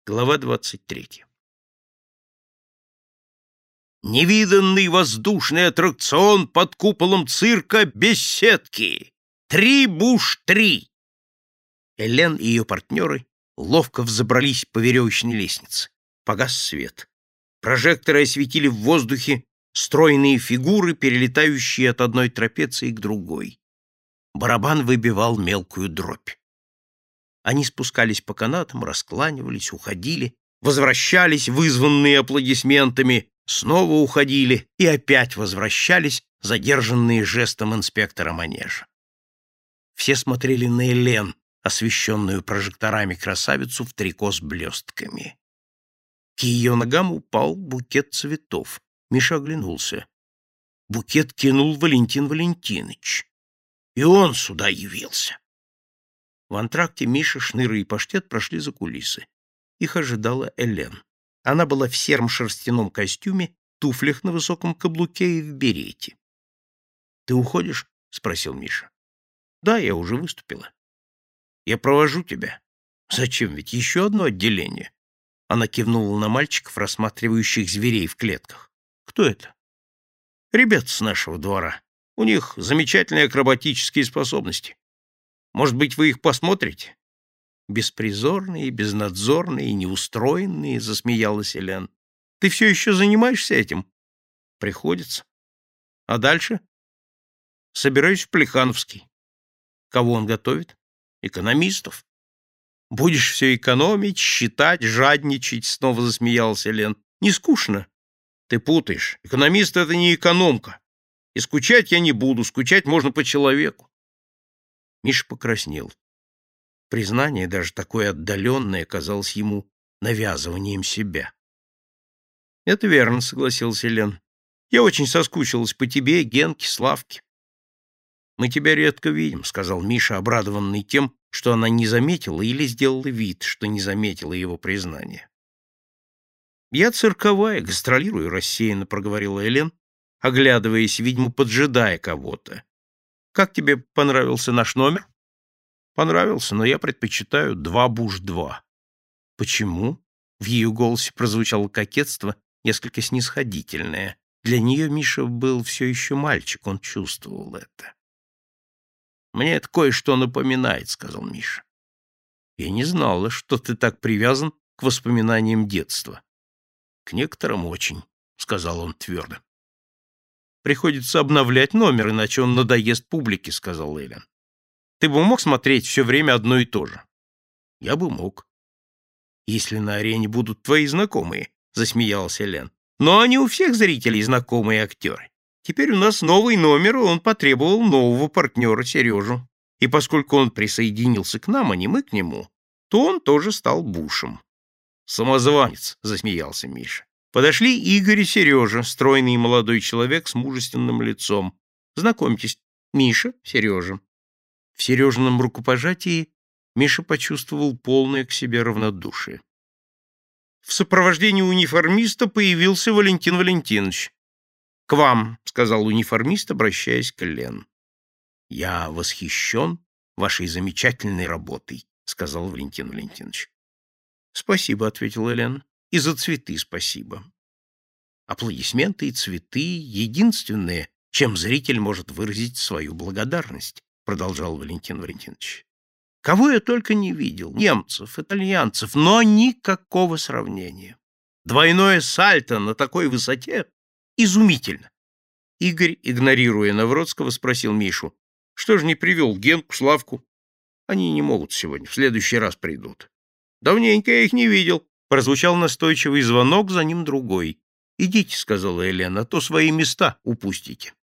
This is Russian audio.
Глава 23. Невиданный воздушный аттракцион под куполом цирка без сетки. Три-буш-3. Элен и ее партнеры ловко взобрались по веревочной лестнице. Погас свет. Прожекторы осветили в воздухе стройные фигуры, перелетающие от одной трапеции к другой. Барабан выбивал мелкую дробь. Они спускались по канатам, раскланивались, уходили, возвращались, вызванные аплодисментами, снова уходили и опять возвращались, задержанные жестом инспектора манежа. Все смотрели на Элен, освещенную прожекторами красавицу в трико с блестками. К ее ногам упал букет цветов. Миша оглянулся. Букет кинул Валентин Валентинович. И он сюда явился. В антракте Миша, Шныра и Паштет прошли за кулисы. Их ожидала Элен. Она была в сером шерстяном костюме, туфлях на высоком каблуке и в берете. — Ты уходишь? — спросил Миша. — Да, я уже выступила. — Я провожу тебя. — Зачем? Ведь еще одно отделение. Она кивнула на мальчиков, рассматривающих зверей в клетках. — Кто это? — Ребята с нашего двора. У них замечательные акробатические способности. Может быть, вы их посмотрите? Беспризорные, безнадзорные, неустроенные, засмеялась Элен. Ты все еще занимаешься этим? Приходится. А дальше? Собираюсь в Плехановский. Кого он готовит? Экономистов. Будешь все экономить, считать, жадничать, снова засмеялась Элен. Не скучно? Ты путаешь. Экономист — это не экономка. И скучать я не буду, скучать можно по человеку. Миша покраснел. Признание, даже такое отдаленное, казалось ему навязыванием себя. — Это верно, — согласился Лен. — Я очень соскучилась по тебе, Генке, Славке. — Мы тебя редко видим, — сказал Миша, обрадованный тем, что она не заметила или сделала вид, что не заметила его признания. — Я цирковая, гастролирую рассеянно, — проговорила Элен, оглядываясь, видимо, поджидая кого-то. — Как тебе понравился наш номер? — Понравился, но я предпочитаю 2-буш-2. — Почему? В ее голосе прозвучало кокетство, несколько снисходительное. Для нее Миша был все еще мальчик, он чувствовал это. — Мне это кое-что напоминает, — сказал Миша. — Я не знала, что ты так привязан к воспоминаниям детства. — К некоторым очень, — сказал он твердо. — Приходится обновлять номер, иначе он надоест публике, — сказал Элен. — Ты бы мог смотреть все время одно и то же? — Я бы мог. — Если на арене будут твои знакомые, — засмеялся Элен. — Но они у всех зрителей знакомые актеры. Теперь у нас новый номер, и он потребовал нового партнера, Сережу. И поскольку он присоединился к нам, а не мы к нему, то он тоже стал Бушем. — Самозванец, — засмеялся Миша. Подошли Игорь и Сережа, стройный молодой человек с мужественным лицом. Знакомьтесь, Миша, Сережа. В Сережином рукопожатии Миша почувствовал полное к себе равнодушие. В сопровождении униформиста появился Валентин Валентинович. — К вам, — сказал униформист, обращаясь к Лен. — Я восхищен вашей замечательной работой, — сказал Валентин Валентинович. — Спасибо, — ответила Лен. — И за цветы спасибо. Аплодисменты и цветы — единственное, чем зритель может выразить свою благодарность, — продолжал Валентин Валентинович. Кого я только не видел, немцев, итальянцев, но никакого сравнения. Двойное сальто на такой высоте изумительно. Игорь, игнорируя Навродского, спросил Мишу: что же не привел Генку, Славку? Они не могут сегодня, в следующий раз придут. Давненько я их не видел. Прозвучал настойчивый звонок, за ним другой. Идите, сказала Елена, а то свои места упустите.